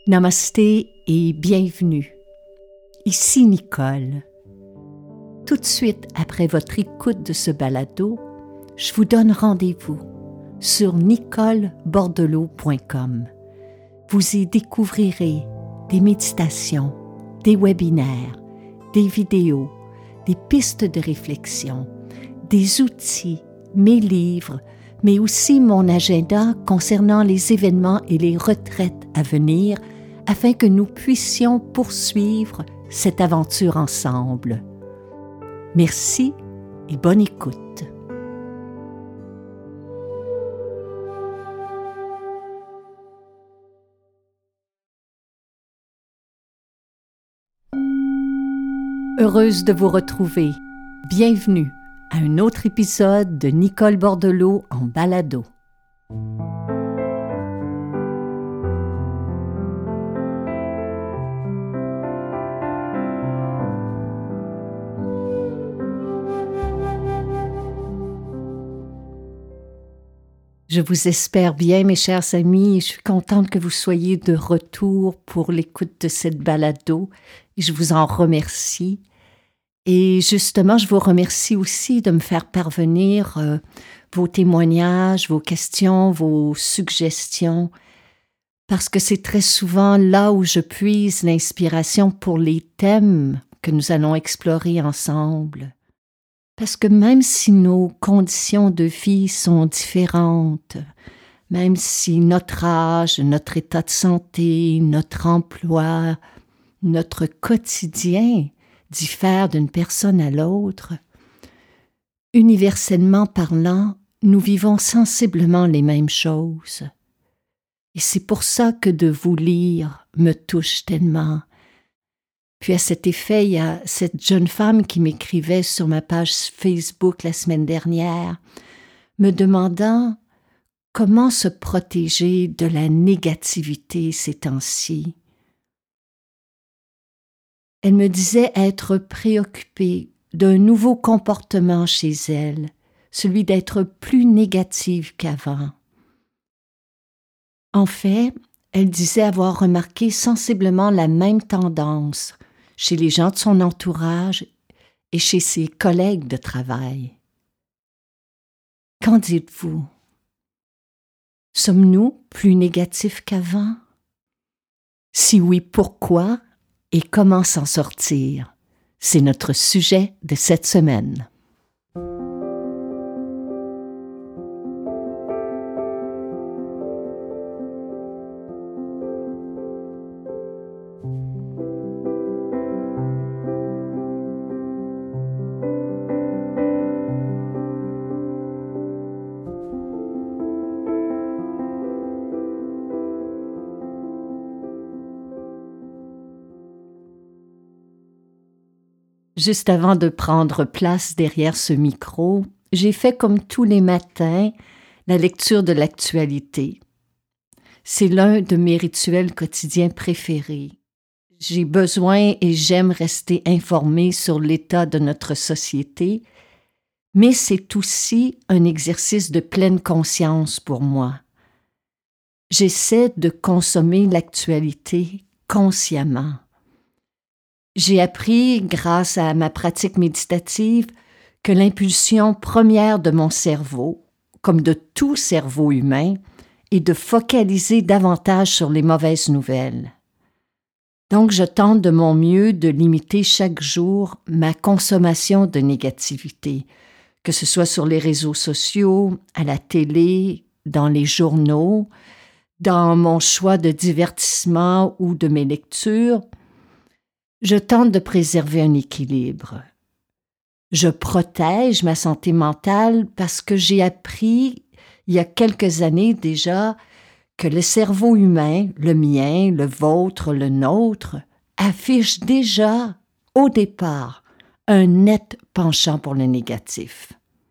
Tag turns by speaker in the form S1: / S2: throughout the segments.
S1: Namasté et bienvenue. Ici Nicole. Tout de suite après votre écoute de ce balado, je vous donne rendez-vous sur nicolebordelot.com. Vous y découvrirez des méditations, des webinaires, des vidéos, des pistes de réflexion, des outils, mes livres, mais aussi mon agenda concernant les événements et les retraites à venir afin que nous puissions poursuivre cette aventure ensemble. Merci et bonne écoute. Heureuse de vous retrouver. Bienvenue à un autre épisode de Nicole Bordelot en balado. Je vous espère bien, mes chers amis, et je suis contente que vous soyez de retour pour l'écoute de cette balado, et je vous en remercie. Et justement, je vous remercie aussi de me faire parvenir vos témoignages, vos questions, vos suggestions, parce que c'est très souvent là où je puise l'inspiration pour les thèmes que nous allons explorer ensemble. Parce que même si nos conditions de vie sont différentes, même si notre âge, notre état de santé, notre emploi, notre quotidien diffèrent d'une personne à l'autre, universellement parlant, nous vivons sensiblement les mêmes choses. Et c'est pour ça que de vous lire me touche tellement. Puis à cet effet, il y a cette jeune femme qui m'écrivait sur ma page Facebook la semaine dernière, me demandant comment se protéger de la négativité ces temps-ci. Elle me disait être préoccupée d'un nouveau comportement chez elle, celui d'être plus négative qu'avant. En fait, elle disait avoir remarqué sensiblement la même tendance chez les gens de son entourage et chez ses collègues de travail. Qu'en dites-vous? Sommes-nous plus négatifs qu'avant? Si oui, pourquoi et comment s'en sortir? C'est notre sujet de cette semaine. Juste avant de prendre place derrière ce micro, j'ai fait comme tous les matins la lecture de l'actualité. C'est l'un de mes rituels quotidiens préférés. J'ai besoin et j'aime rester informée sur l'état de notre société, mais c'est aussi un exercice de pleine conscience pour moi. J'essaie de consommer l'actualité consciemment. J'ai appris, grâce à ma pratique méditative, que l'impulsion première de mon cerveau, comme de tout cerveau humain, est de focaliser davantage sur les mauvaises nouvelles. Donc, je tente de mon mieux de limiter chaque jour ma consommation de négativité, que ce soit sur les réseaux sociaux, à la télé, dans les journaux, dans mon choix de divertissement ou de mes lectures. Je tente de préserver un équilibre. Je protège ma santé mentale parce que j'ai appris, il y a quelques années déjà, que le cerveau humain, le mien, le vôtre, le nôtre, affiche déjà, au départ, un net penchant pour le négatif.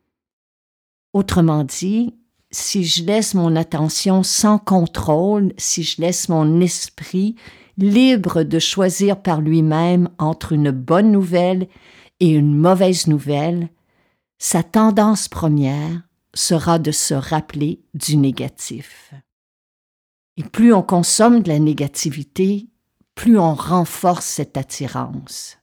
S1: Autrement dit, si je laisse mon attention sans contrôle, si je laisse mon esprit libre de choisir par lui-même entre une bonne nouvelle et une mauvaise nouvelle, sa tendance première sera de se rappeler du négatif. Et plus on consomme de la négativité, plus on renforce cette attirance.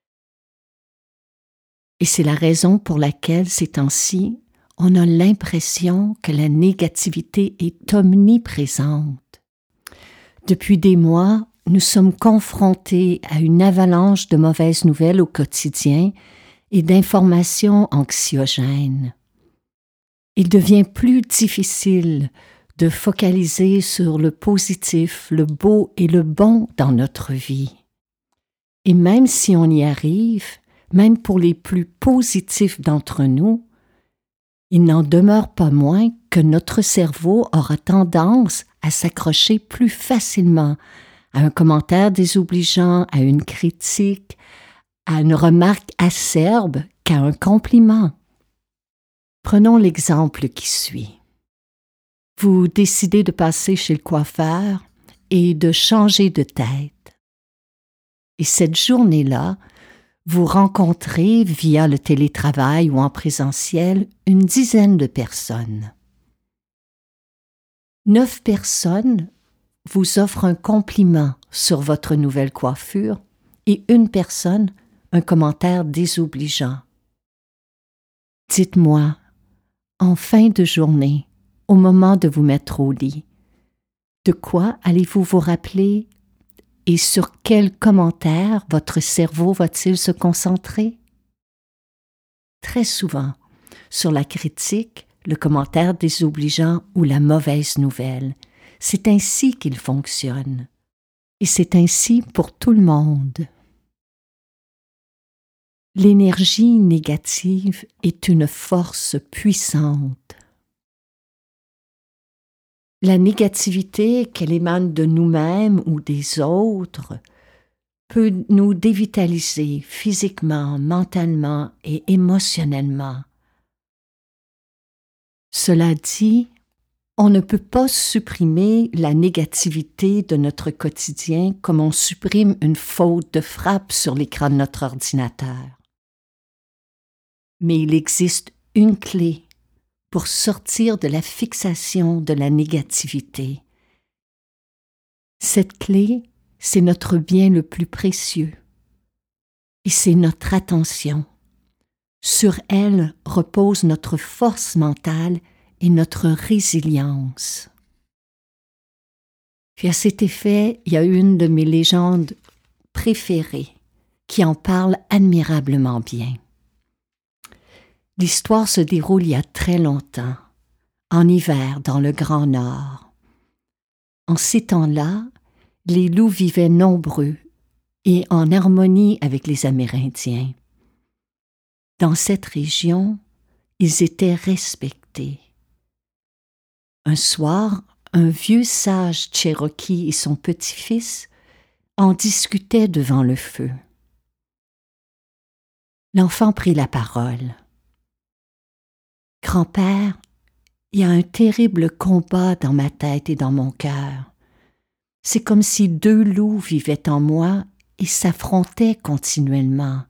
S1: Et c'est la raison pour laquelle, ces temps-ci, on a l'impression que la négativité est omniprésente. Depuis des mois, nous sommes confrontés à une avalanche de mauvaises nouvelles au quotidien et d'informations anxiogènes. Il devient plus difficile de focaliser sur le positif, le beau et le bon dans notre vie. Et même si on y arrive, même pour les plus positifs d'entre nous, il n'en demeure pas moins que notre cerveau aura tendance à s'accrocher plus facilement à un commentaire désobligeant, à une critique, à une remarque acerbe qu'à un compliment. Prenons l'exemple qui suit. Vous décidez de passer chez le coiffeur et de changer de tête. Et cette journée-là, vous rencontrez via le télétravail ou en présentiel une dizaine de personnes. 9 personnes vous offrent un compliment sur votre nouvelle coiffure et une personne un commentaire désobligeant. Dites-moi, en fin de journée, au moment de vous mettre au lit, de quoi allez-vous vous rappeler et sur quel commentaire votre cerveau va-t-il se concentrer? Très souvent, sur la critique, le commentaire désobligeant ou la mauvaise nouvelle. C'est ainsi qu'il fonctionne. Et c'est ainsi pour tout le monde. L'énergie négative est une force puissante. La négativité, qu'elle émane de nous-mêmes ou des autres, peut nous dévitaliser physiquement, mentalement et émotionnellement. Cela dit, on ne peut pas supprimer la négativité de notre quotidien comme on supprime une faute de frappe sur l'écran de notre ordinateur. Mais il existe une clé pour sortir de la fixation de la négativité. Cette clé, c'est notre bien le plus précieux. Et c'est notre attention. Sur elle repose notre force mentale et notre résilience. Puis à cet effet, il y a une de mes légendes préférées qui en parle admirablement bien. L'histoire se déroule il y a très longtemps, en hiver dans le Grand Nord. En ces temps-là, les loups vivaient nombreux et en harmonie avec les Amérindiens. Dans cette région, ils étaient respectés. Un soir, un vieux sage Cherokee et son petit-fils en discutaient devant le feu. L'enfant prit la parole. « Grand-père, il y a un terrible combat dans ma tête et dans mon cœur. C'est comme si 2 loups vivaient en moi et s'affrontaient continuellement.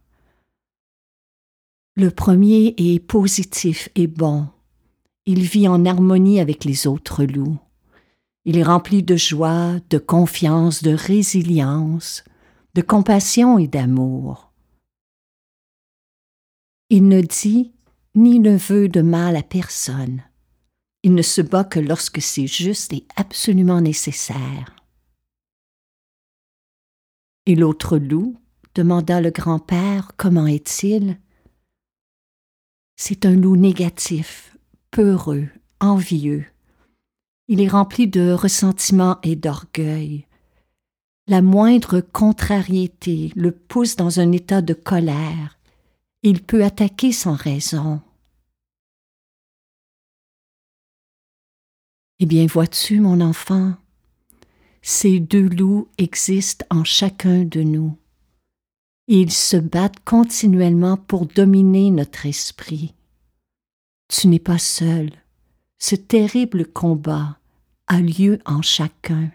S1: Le premier est positif et bon. Il vit en harmonie avec les autres loups. Il est rempli de joie, de confiance, de résilience, de compassion et d'amour. Il ne dit ni ne veut de mal à personne. Il ne se bat que lorsque c'est juste et absolument nécessaire. » Et l'autre loup demanda le grand-père comment est-il. « C'est un loup négatif, peureux, envieux. Il est rempli de ressentiment et d'orgueil. La moindre contrariété le pousse dans un état de colère. Il peut attaquer sans raison. » Eh bien, vois-tu, mon enfant, ces 2 loups existent en chacun de nous. Et ils se battent continuellement pour dominer notre esprit. Tu n'es pas seul. Ce terrible combat a lieu en chacun.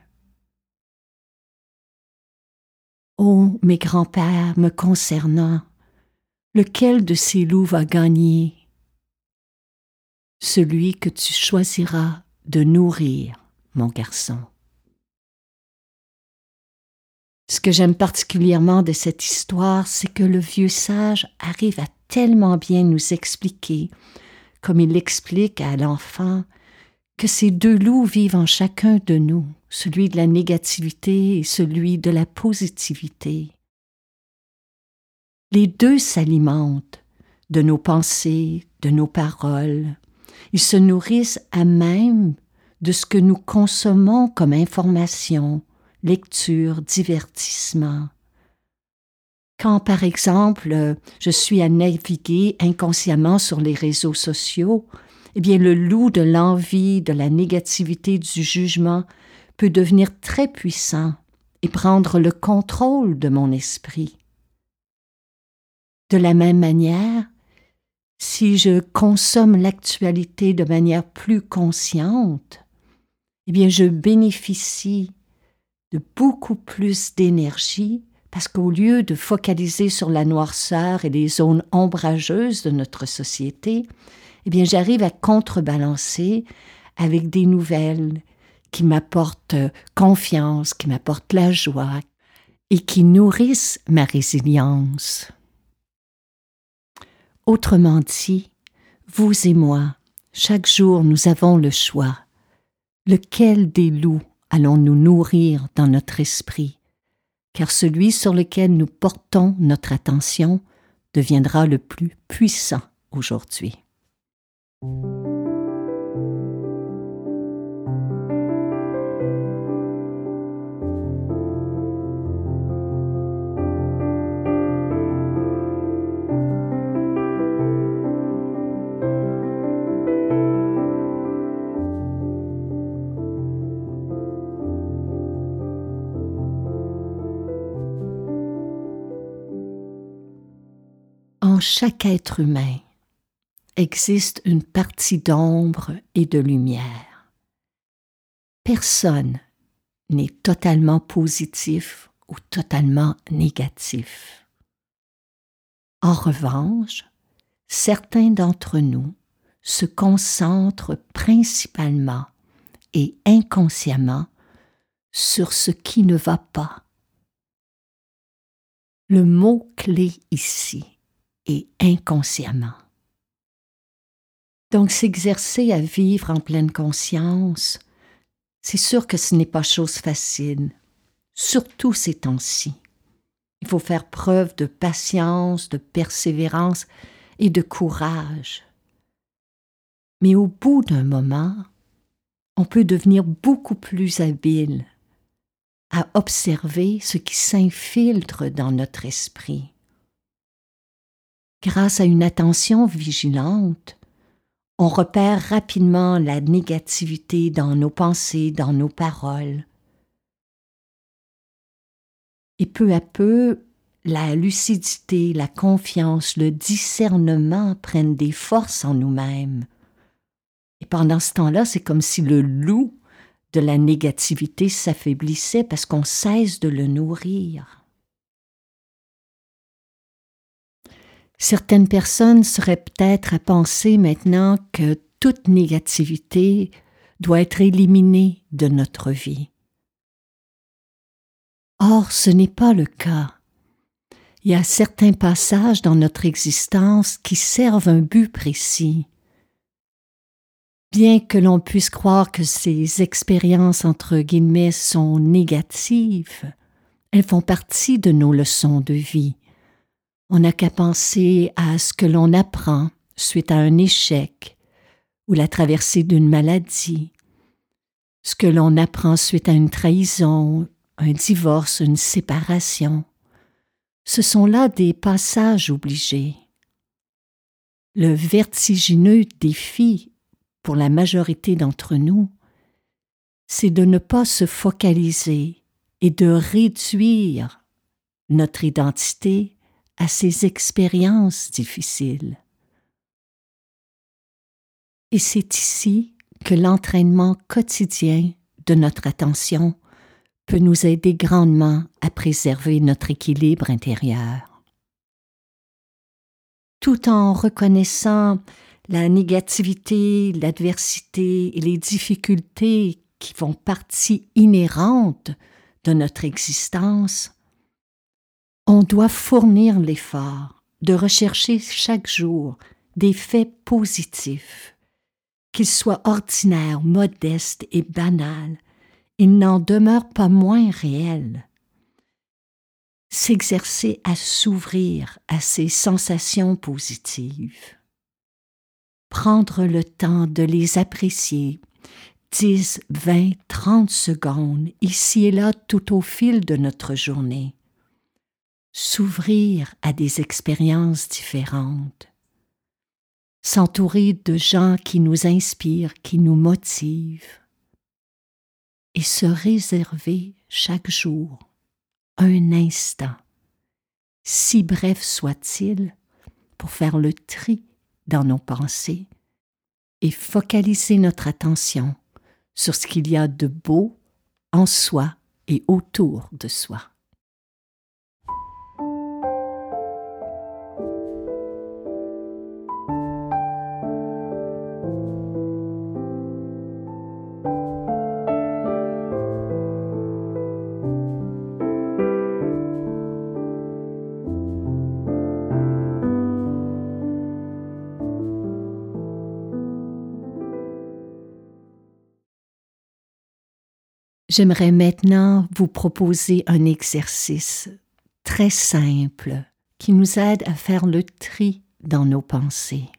S1: Ô mes grands-pères me concernant, lequel de ces loups va gagner? Celui que tu choisiras de nourrir, mon garçon. Ce que j'aime particulièrement de cette histoire, c'est que le vieux sage arrive à tellement bien nous expliquer, comme il l'explique à l'enfant, que ces deux loups vivent en chacun de nous, celui de la négativité et celui de la positivité. Les deux s'alimentent de nos pensées, de nos paroles. Ils se nourrissent à même de ce que nous consommons comme information, lecture, divertissement. Quand, par exemple, je suis à naviguer inconsciemment sur les réseaux sociaux, eh bien, le loup de l'envie, de la négativité, du jugement peut devenir très puissant et prendre le contrôle de mon esprit. De la même manière, si je consomme l'actualité de manière plus consciente, eh bien, je bénéficie de beaucoup plus d'énergie parce qu'au lieu de focaliser sur la noirceur et les zones ombrageuses de notre société, eh bien, j'arrive à contrebalancer avec des nouvelles qui m'apportent confiance, qui m'apportent la joie et qui nourrissent ma résilience. Autrement dit, vous et moi, chaque jour nous avons le choix. Lequel des loups allons-nous nourrir dans notre esprit? Car celui sur lequel nous portons notre attention deviendra le plus puissant aujourd'hui. En chaque être humain existe une partie d'ombre et de lumière. Personne n'est totalement positif ou totalement négatif. En revanche, certains d'entre nous se concentrent principalement et inconsciemment sur ce qui ne va pas. Le mot-clé ici est inconsciemment. Donc, s'exercer à vivre en pleine conscience, c'est sûr que ce n'est pas chose facile, surtout ces temps-ci. Il faut faire preuve de patience, de persévérance et de courage. Mais au bout d'un moment, on peut devenir beaucoup plus habile à observer ce qui s'infiltre dans notre esprit. Grâce à une attention vigilante, on repère rapidement la négativité dans nos pensées, dans nos paroles. Et peu à peu, la lucidité, la confiance, le discernement prennent des forces en nous-mêmes. Et pendant ce temps-là, c'est comme si le loup de la négativité s'affaiblissait parce qu'on cesse de le nourrir. Certaines personnes seraient peut-être à penser maintenant que toute négativité doit être éliminée de notre vie. Or, ce n'est pas le cas. Il y a certains passages dans notre existence qui servent un but précis. Bien que l'on puisse croire que ces expériences, entre guillemets, sont négatives, elles font partie de nos leçons de vie. On n'a qu'à penser à ce que l'on apprend suite à un échec ou la traversée d'une maladie, ce que l'on apprend suite à une trahison, un divorce, une séparation. Ce sont là des passages obligés. Le vertigineux défi pour la majorité d'entre nous, c'est de ne pas se focaliser et de réduire notre identité à ces expériences difficiles. Et c'est ici que l'entraînement quotidien de notre attention peut nous aider grandement à préserver notre équilibre intérieur. Tout en reconnaissant la négativité, l'adversité et les difficultés qui font partie inhérente de notre existence, On doit fournir l'effort de rechercher chaque jour des faits positifs, qu'ils soient ordinaires, modestes et banals. Ils n'en demeurent pas moins réels. S'exercer à s'ouvrir à ces sensations positives. Prendre le temps de les apprécier, 10, 20, 30 secondes, ici et là, tout au fil de notre journée. S'ouvrir à des expériences différentes. S'entourer de gens qui nous inspirent, qui nous motivent. Et se réserver chaque jour un instant, si bref soit-il, pour faire le tri dans nos pensées et focaliser notre attention sur ce qu'il y a de beau en soi et autour de soi. J'aimerais maintenant vous proposer un exercice très simple qui nous aide à faire le tri dans nos pensées.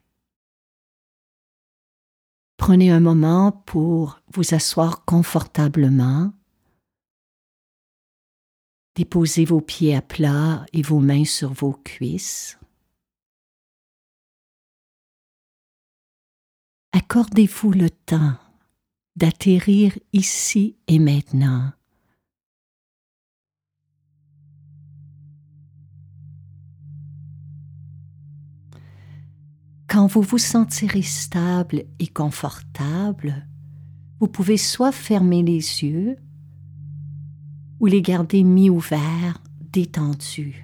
S1: Prenez un moment pour vous asseoir confortablement. Déposez vos pieds à plat et vos mains sur vos cuisses. Accordez-vous le temps d'atterrir ici et maintenant. Quand vous vous sentirez stable et confortable, vous pouvez soit fermer les yeux ou les garder mi-ouverts, détendus.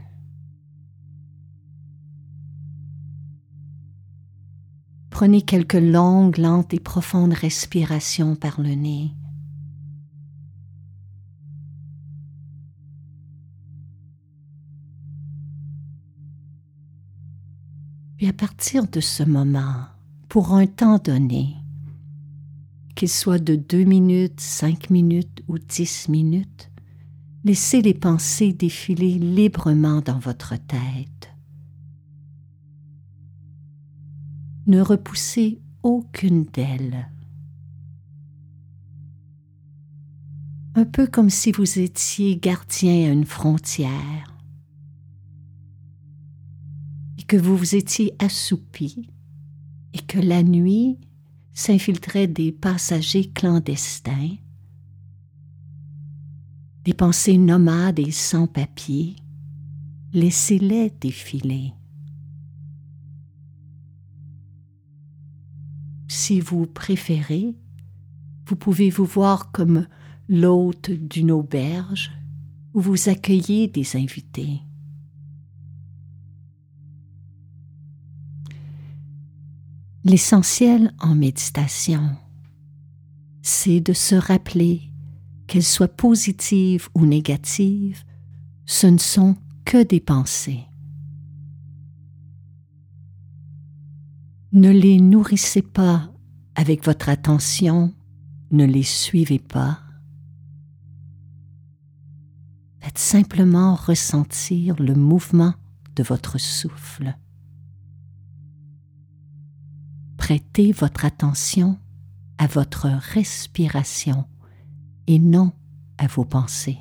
S1: Prenez quelques longues, lentes et profondes respirations par le nez. Puis à partir de ce moment, pour un temps donné, qu'il soit de 2 minutes, 5 minutes ou 10 minutes, laissez les pensées défiler librement dans votre tête. Ne repoussez aucune d'elles. Un peu comme si vous étiez gardien à une frontière et que vous vous étiez assoupi et que la nuit s'infiltraient des passagers clandestins, des pensées nomades et sans papier. Laissez-les défiler. Si vous préférez, vous pouvez vous voir comme l'hôte d'une auberge où vous accueillez des invités. L'essentiel en méditation, c'est de se rappeler qu'elles soient positives ou négatives, ce ne sont que des pensées. Ne les nourrissez pas avec votre attention, ne les suivez pas. Faites simplement ressentir le mouvement de votre souffle. Prêtez votre attention à votre respiration et non à vos pensées.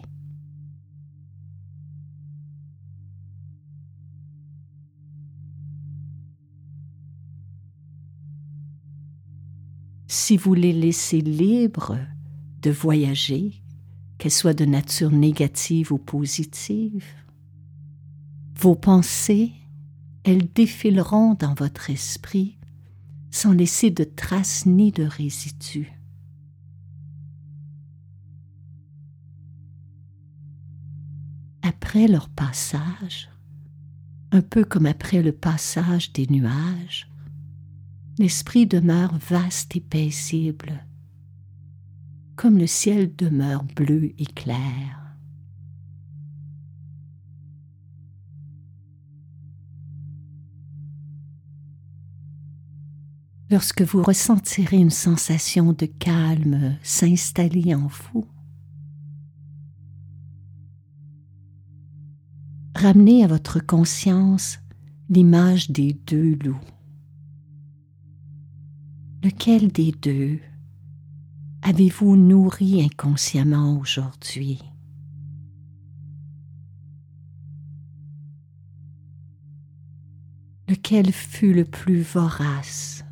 S1: Si vous les laissez libres de voyager, qu'elles soient de nature négative ou positive, vos pensées, elles défileront dans votre esprit sans laisser de traces ni de résidus. Après leur passage, un peu comme après le passage des nuages, l'esprit demeure vaste et paisible, comme le ciel demeure bleu et clair. Lorsque vous ressentirez une sensation de calme s'installer en vous, ramenez à votre conscience l'image des deux loups. Lequel des deux avez-vous nourri inconsciemment aujourd'hui? Lequel fut le plus vorace?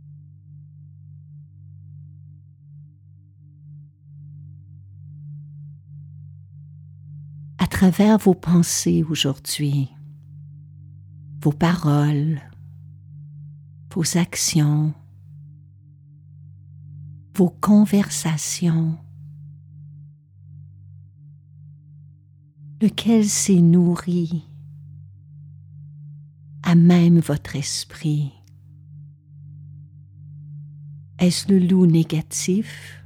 S1: À travers vos pensées aujourd'hui, vos paroles, vos actions, vos conversations, lequel s'est nourri à même votre esprit? Est-ce le loup négatif,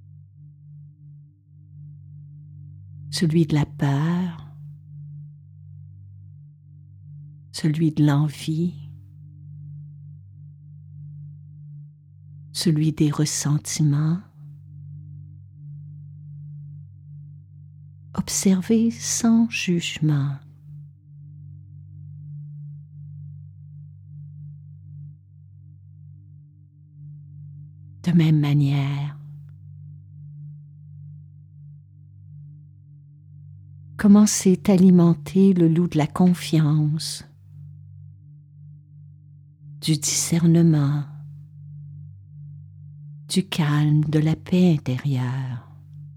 S1: celui de la peur, celui de l'envie, celui des ressentiments? Observez sans jugement. De même manière, commencez à alimenter le loup de la confiance, du discernement, du calme, de la paix intérieure.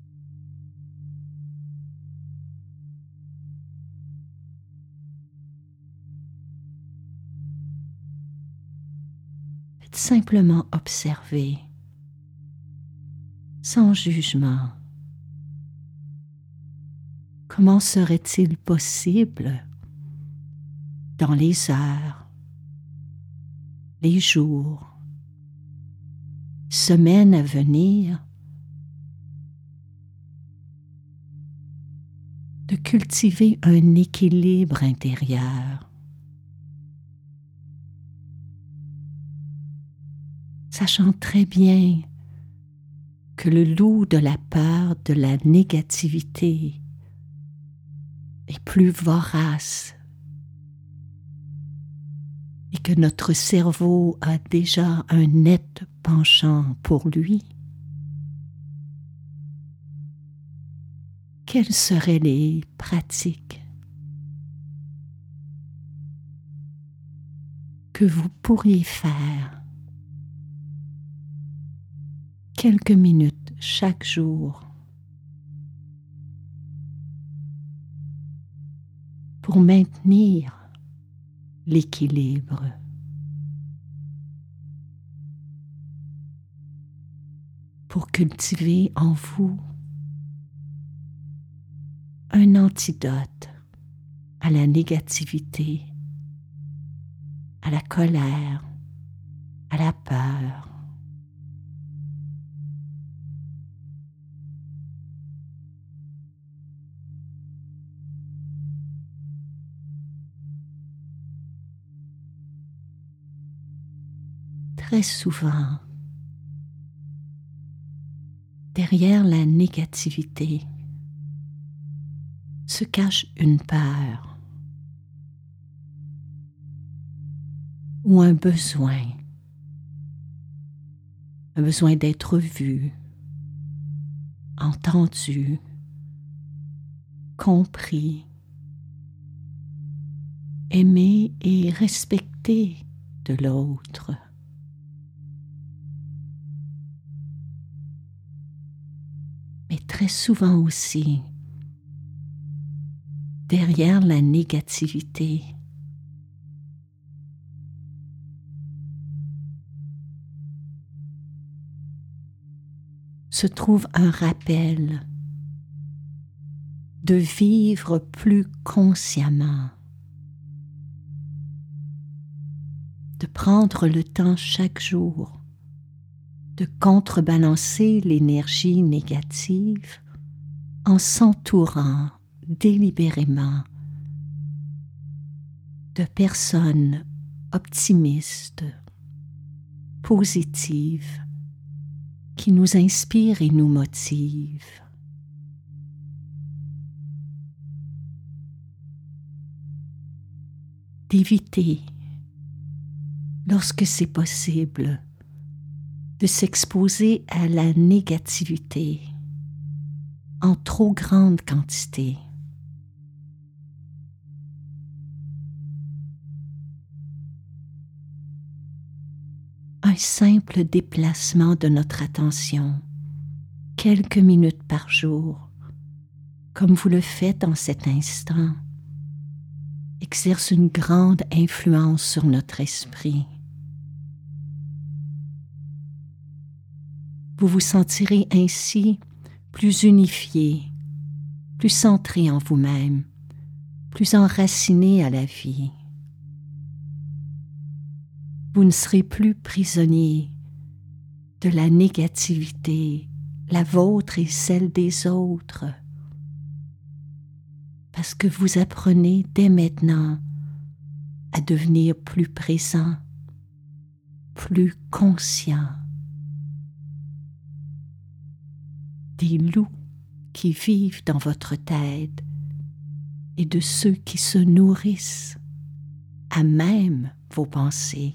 S1: Faites simplement observer, sans jugement. Comment serait-il possible, dans les heures, les jours, semaines à venir, de cultiver un équilibre intérieur, sachant très bien que le loup de la peur, de la négativité est plus vorace et que notre cerveau a déjà un net penchant pour lui? Quelles seraient les pratiques que vous pourriez faire quelques minutes chaque jour pour maintenir l'équilibre, pour cultiver en vous un antidote à la négativité, à la colère, à la peur? Très souvent, derrière la négativité se cache une peur ou un besoin d'être vu, entendu, compris, aimé et respecté de l'autre. Mais très souvent aussi, derrière la négativité, se trouve un rappel de vivre plus consciemment, de prendre le temps chaque jour de contrebalancer l'énergie négative en s'entourant délibérément de personnes optimistes, positive qui nous inspire et nous motive. D'éviter, lorsque c'est possible, de s'exposer à la négativité en trop grande quantité. Un simple déplacement de notre attention, quelques minutes par jour, comme vous le faites en cet instant, exerce une grande influence sur notre esprit. Vous vous sentirez ainsi plus unifié, plus centré en vous-même, plus enraciné à la vie. Vous ne serez plus prisonnier de la négativité, la vôtre et celle des autres, parce que vous apprenez dès maintenant à devenir plus présent, plus conscient. Des loups qui vivent dans votre tête et de ceux qui se nourrissent à même vos pensées.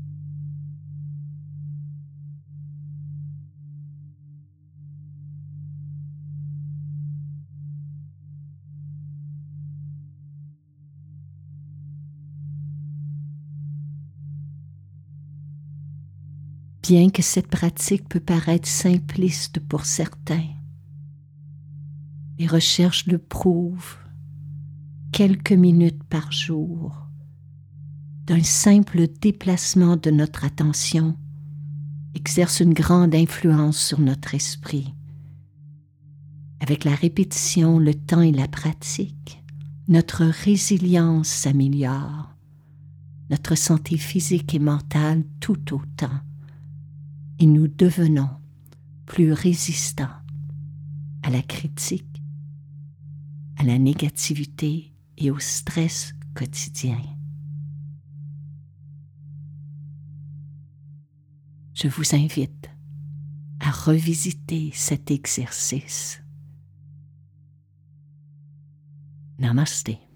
S1: Bien que cette pratique peut paraître simpliste pour certains, les recherches le prouvent, quelques minutes par jour, d'un simple déplacement de notre attention, exerce une grande influence sur notre esprit. Avec la répétition, le temps et la pratique, notre résilience s'améliore, notre santé physique et mentale tout autant, et nous devenons plus résistants à la critique, à la négativité et au stress quotidien. Je vous invite à revisiter cet exercice. Namasté.